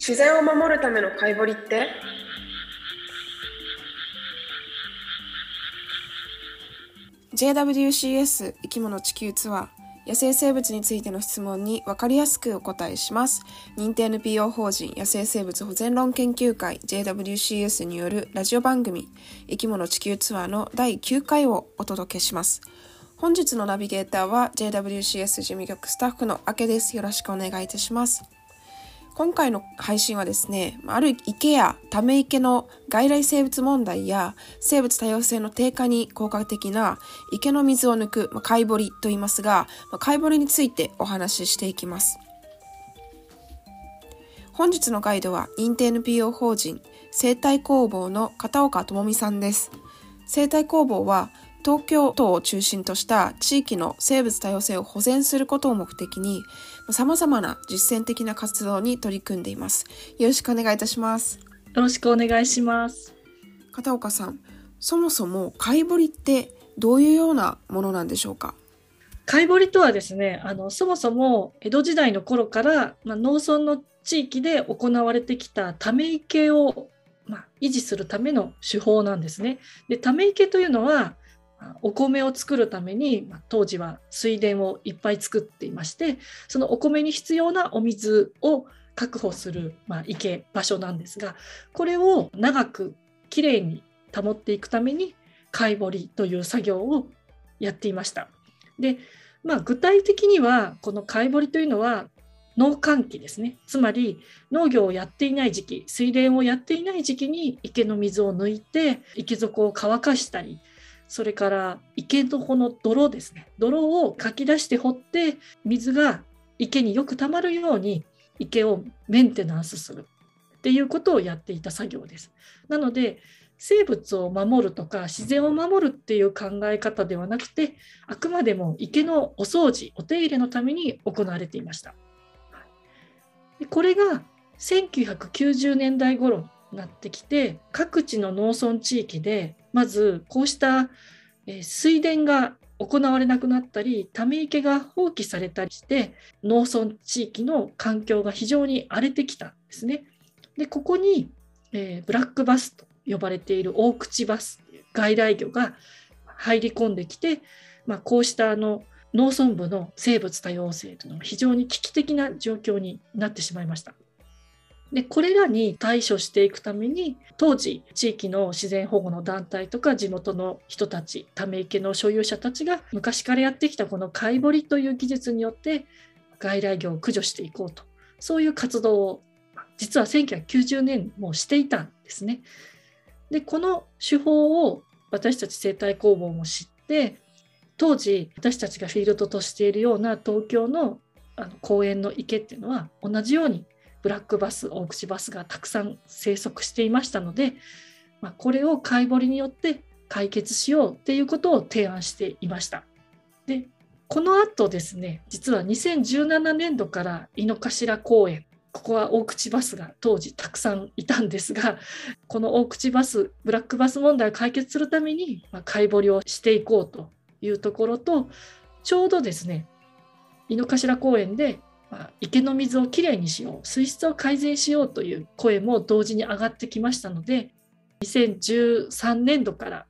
自然を守るための貝掘りって？JWCS 生き物地球ツアー野生生物についての質問に分かりやすくお答えします。認定 NPO 法人野生生物保全論研究会 JWCS によるラジオ番組生き物地球ツアーの第9回をお届けします。本日のナビゲーターは JWCS 事務局スタッフの明です。よろしくお願いいたします。今回の配信はですね、ある池やため池の外来生物問題や生物多様性の低下に効果的な池の水を抜く貝掘りと言いますが、貝掘りについてお話ししていきます。本日のガイドは認定 NPO 法人生態工房の片岡智美さんです。生態工房は東京都を中心とした地域の生物多様性を保全することを目的に様々な実践的な活動に取り組んでいます。よろしくお願いいたします。 よろしくお願いします。 片岡さん、そもそも貝掘りってどういうようなものなんでしょうか？ 貝掘りとはですね、そもそも江戸時代の頃から、農村の地域で行われてきたため池を、維持するための手法なんですね。で、ため池というのはお米を作るために、当時は水田をいっぱい作っていまして、そのお米に必要なお水を確保する、場所なんですが、これを長くきれいに保っていくために貝掘りという作業をやっていました。で、具体的にはこの貝掘りというのは農閑期ですね。つまり農業をやっていない時期、水田をやっていない時期に池の水を抜いて池底を乾かしたり、それから池底の泥ですね。泥をかき出して掘って水が池によくたまるように池をメンテナンスするっていうことをやっていた作業です。なので生物を守るとか自然を守るっていう考え方ではなくて、あくまでも池のお掃除、お手入れのために行われていました。でこれが1990年代頃になってきて、各地の農村地域でまずこうした水田が行われなくなったり、ため池が放棄されたりして農村地域の環境が非常に荒れてきたんですね。でここに、ブラックバスと呼ばれている大口バスという外来魚が入り込んできて、こうした農村部の生物多様性というのは非常に危機的な状況になってしまいました。でこれらに対処していくために、当時地域の自然保護の団体とか地元の人たち、ため池の所有者たちが昔からやってきたこの貝掘りという技術によって外来魚を駆除していこうと、そういう活動を実は1990年もしていたんですね。でこの手法を私たち生態工房も知って、当時私たちがフィールドとしているような東京の公園の池っていうのは同じようにブラックバス、大口バスがたくさん生息していましたので、これを貝掘りによって解決しようっていうことを提案していました。でこの後ですね、実は2017年度から井の頭公園、ここは大口バスが当時たくさんいたんですが、この大口バス、ブラックバス問題を解決するために貝掘りをしていこうというところと、ちょうどですね、井の頭公園で池の水をきれいにしよう、水質を改善しようという声も同時に上がってきましたので、2013年度から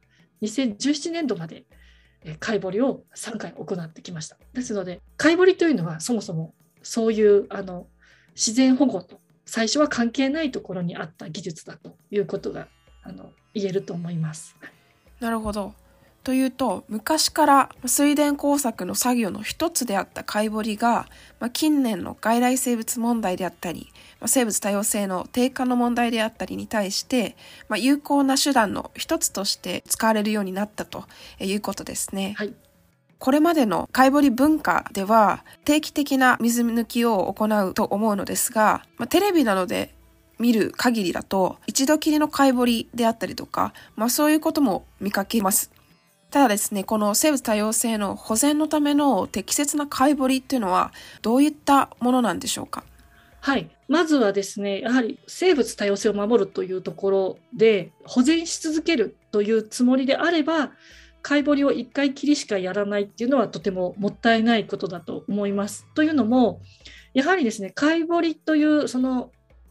2017年度まで貝掘りを3回行ってきました。ですので貝掘りというのはそもそもそういう自然保護と最初は関係ないところにあった技術だということが言えると思います。 なるほど。というと、昔から水田工作の作業の一つであった貝掘りが、近年の外来生物問題であったり、生物多様性の低下の問題であったりに対して、有効な手段の一つとして使われるようになったということですね。 はい。 これまでの貝掘り文化では定期的な水抜きを行うと思うのですが、テレビなどで見る限りだと一度きりの貝掘りであったりとか、そういうことも見かけます。ただですね、この生物多様性の保全のための適切な貝掘りっていうのはどういったものなんでしょうか？ はい、まずはですね、やはり生物多様性を守るというところで保全し続けるというつもりであれば、貝掘りを1回きりしかやらないっていうのはとてももったいないことだと思います。というのも、やはりですね、貝掘りというその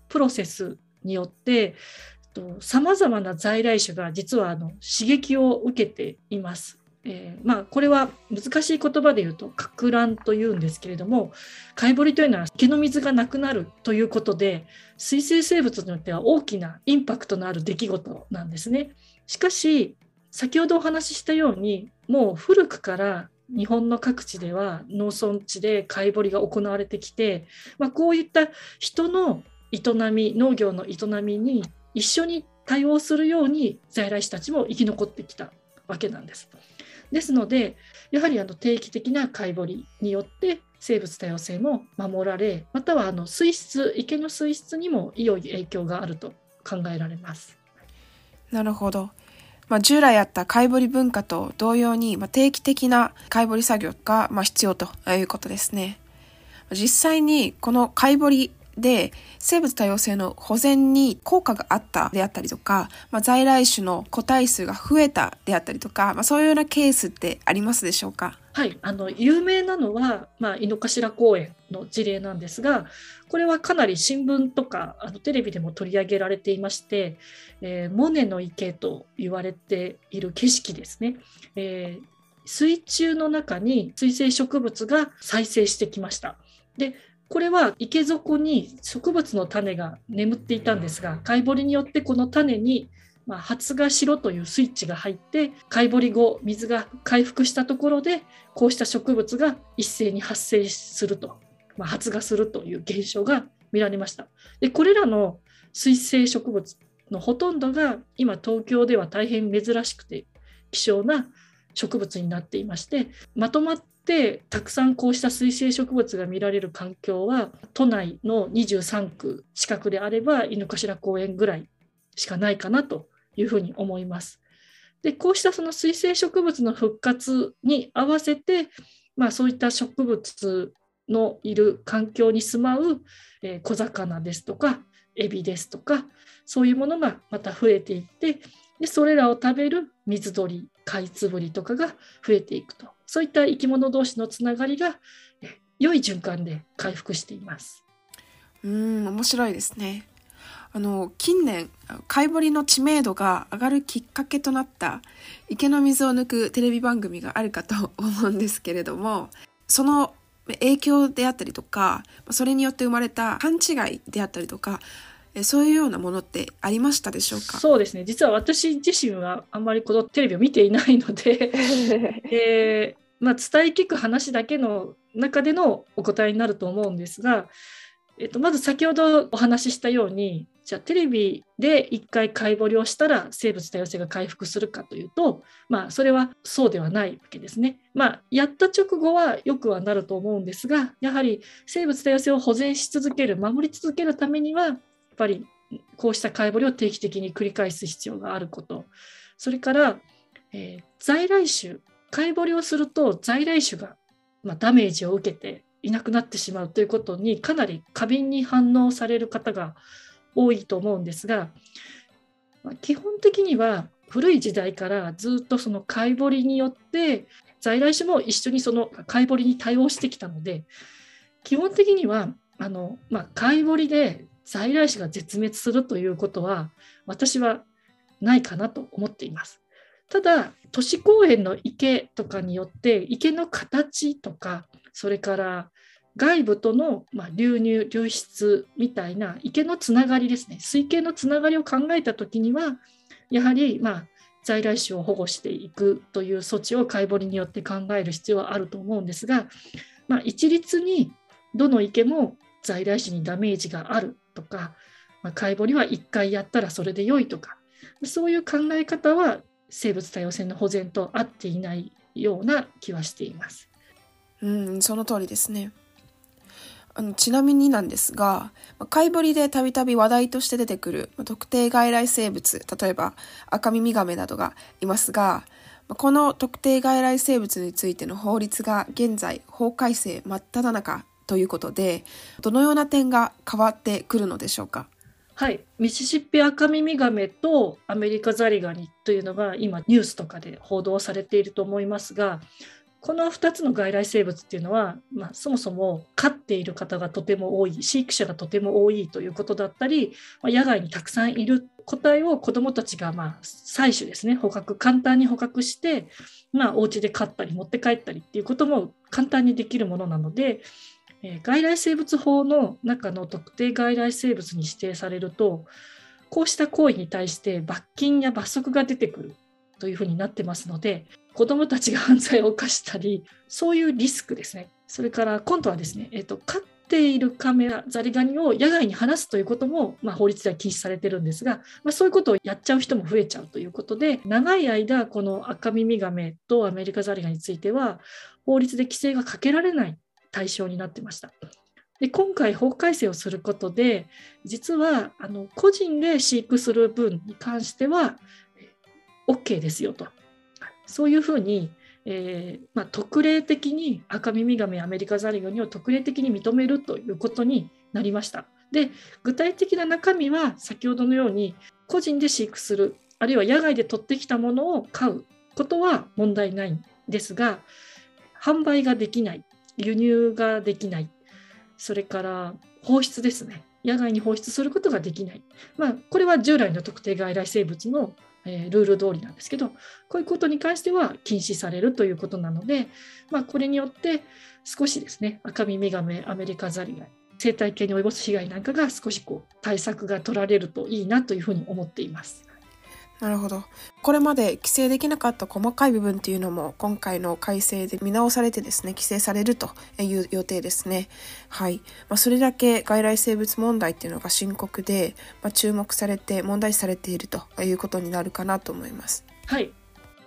プロセスによってさまざまな在来種が実は刺激を受けています。これは難しい言葉で言うと撹乱というんですけれども、貝掘りというのは池の水がなくなるということで、水生生物によっては大きなインパクトのある出来事なんですね。しかし先ほどお話ししたように、もう古くから日本の各地では農村地で貝掘りが行われてきて、こういった人の営み、農業の営みに一緒に対応するように在来種たちも生き残ってきたわけなんです。ですので、やはり定期的な貝掘りによって生物多様性も守られ、または池の水質にも良い影響があると考えられます。 なるほど。従来あった貝掘り文化と同様に、定期的な貝掘り作業が必要ということですね。実際にこの貝掘りで生物多様性の保全に効果があったであったりとか、在来種の個体数が増えたであったりとか、そういうようなケースってありますでしょうか？ はい、有名なのは、井の頭公園の事例なんですが、これはかなり新聞とかテレビでも取り上げられていまして、モネの池と言われている景色ですね。水中の中に水生植物が再生してきました。でこれは池底に植物の種が眠っていたんですが、貝掘りによってこの種に発芽しろというスイッチが入って、貝掘り後水が回復したところでこうした植物が一斉に発生すると、発芽するという現象が見られました。でこれらの水生植物のほとんどが今東京では大変珍しくて希少な植物になっていまして、まとまってたくさんこうした水生植物が見られる環境は都内の23区近くであれば井の頭公園ぐらいしかないかなというふうに思います。でこうしたその水生植物の復活に合わせて、そういった植物のいる環境に住まう、小魚ですとかエビですとか、そういうものがまた増えていって、でそれらを食べる水鳥、カイツブリとかが増えていくと、そういった生き物同士のつながりが良い循環で回復しています。 面白いですね。近年貝掘りの知名度が上がるきっかけとなった池の水を抜くテレビ番組があるかと思うんですけれども、その影響であったりとか、それによって生まれた勘違いであったりとか、そういうようなものってありましたでしょうか？ そうですね、実は私自身はあんまりこのテレビを見ていないので、伝え聞く話だけの中でのお答えになると思うんですが、まず先ほどお話ししたように、じゃあテレビで一回貝掘りをしたら生物多様性が回復するかというと、それはそうではないわけですね。やった直後はよくはなると思うんですが、やはり生物多様性を保全し続ける、守り続けるためには、やっぱりこうした貝掘りを定期的に繰り返す必要があること、それから、在来種、貝掘りをすると在来種が、ダメージを受けていなくなってしまうということにかなり過敏に反応される方が多いと思うんですが、基本的には古い時代からずっとその貝掘りによって在来種も一緒にその貝掘りに対応してきたので、基本的には貝掘りで在来種が絶滅するということは私はないかなと思っています。ただ都市公園の池とかによって池の形とか、それから外部との流入流出みたいな池のつながりですね、水系のつながりを考えたときには、やはり在来種を保護していくという措置を貝掘りによって考える必要はあると思うんですが、一律にどの池も在来種にダメージがあるとか、貝掘りは1回やったらそれで良いとか、そういう考え方は生物多様性の保全と合っていないような気はしています。 その通りですね。ちなみになんですが、貝掘りでたびたび話題として出てくる特定外来生物、例えばアカミミガメなどがいますが、この特定外来生物についての法律が現在法改正真っ只中ということで、どのような点が変わってくるのでしょうか？ はい、ミシシッピアカミミガメとアメリカザリガニというのが今ニュースとかで報道されていると思いますが、 この2つの外来生物っていうのは、そもそも飼っている方がとても多い、飼育者がとても多いということだったり、野外にたくさんいる個体を子どもたちが採取ですね、簡単に捕獲して、お家で飼ったり持って帰ったりっていうことも簡単にできるものなので、外来生物法の中の特定外来生物に指定されると、こうした行為に対して罰金や罰則が出てくるというふうになってますので、子どもたちが犯罪を犯したり、そういうリスクですね。それから今度はですね、飼っているカメラ、ザリガニを野外に放すということも、法律では禁止されてるんですが、そういうことをやっちゃう人も増えちゃうということで、長い間このアカミミガメとアメリカザリガニについては法律で規制がかけられない対象になってました。で、今回法改正をすることで、実は個人で飼育する分に関しては OK ですよと、そういうふうに、特例的にアカミミガメ、アメリカザリガニを特例的に認めるということになりました。で、具体的な中身は先ほどのように個人で飼育する、あるいは野外で取ってきたものを飼うことは問題ないんですが、販売ができない、輸入ができない、それから放出ですね、野外に放出することができない、これは従来の特定外来生物のルール通りなんですけど、こういうことに関しては禁止されるということなので、これによって少しですね、アカミミガメ、アメリカザリガニ、生態系に及ぼす被害なんかが少し対策が取られるといいなというふうに思っています。 なるほど。これまで規制できなかった細かい部分っていうのも今回の改正で見直されてですね、規制されるという予定ですね。はい。それだけ外来生物問題っていうのが深刻で、注目されて問題視されているということになるかなと思います。 はい。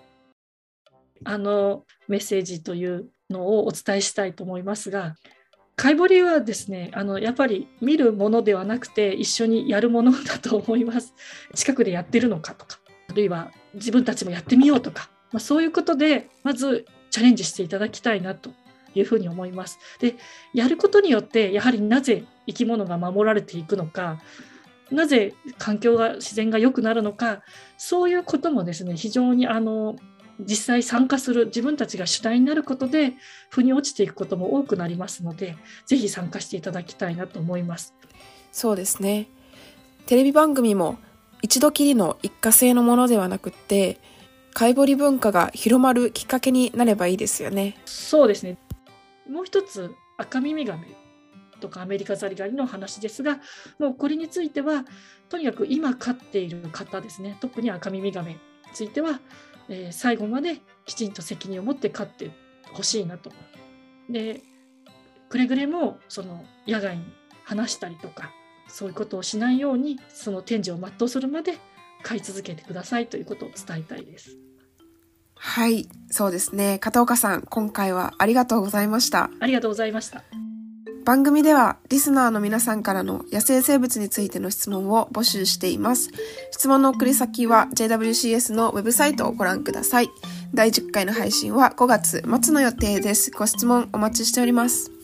メッセージというのをお伝えしたいと思いますが、貝掘りはですね、やっぱり見るものではなくて一緒にやるものだと思います。近くでやってるのかとか、あるいは自分たちもやってみようとか、そういうことでまずチャレンジしていただきたいなというふうに思います。で、やることによってやはりなぜ生き物が守られていくのか、なぜ環境が自然が良くなるのか、そういうこともですね、非常に実際参加する自分たちが主体になることで腑に落ちていくことも多くなりますので、ぜひ参加していただきたいなと思います。 そうですね。テレビ番組も一度きりの一過性のものではなくって、貝掘り文化が広まるきっかけになればいいですよね。 そうですね。もう一つ、アカミミガメとかアメリカザリガニの話ですが、もうこれについてはとにかく今飼っている方ですね、特にアカミミガメについては、最後まできちんと責任を持って飼ってほしいなと。で、くれぐれもその野外に放したりとか、そういうことをしないように、その天寿を全うするまで飼い続けてくださいということを伝えたいです。 はい、そうですね。片岡さん、今回はありがとうございました。 ありがとうございました。 番組ではリスナーの皆さんからの野生生物についての質問を募集しています。質問の送り先は JWCS のウェブサイトをご覧ください。第10回の配信は5月末の予定です。ご質問お待ちしております。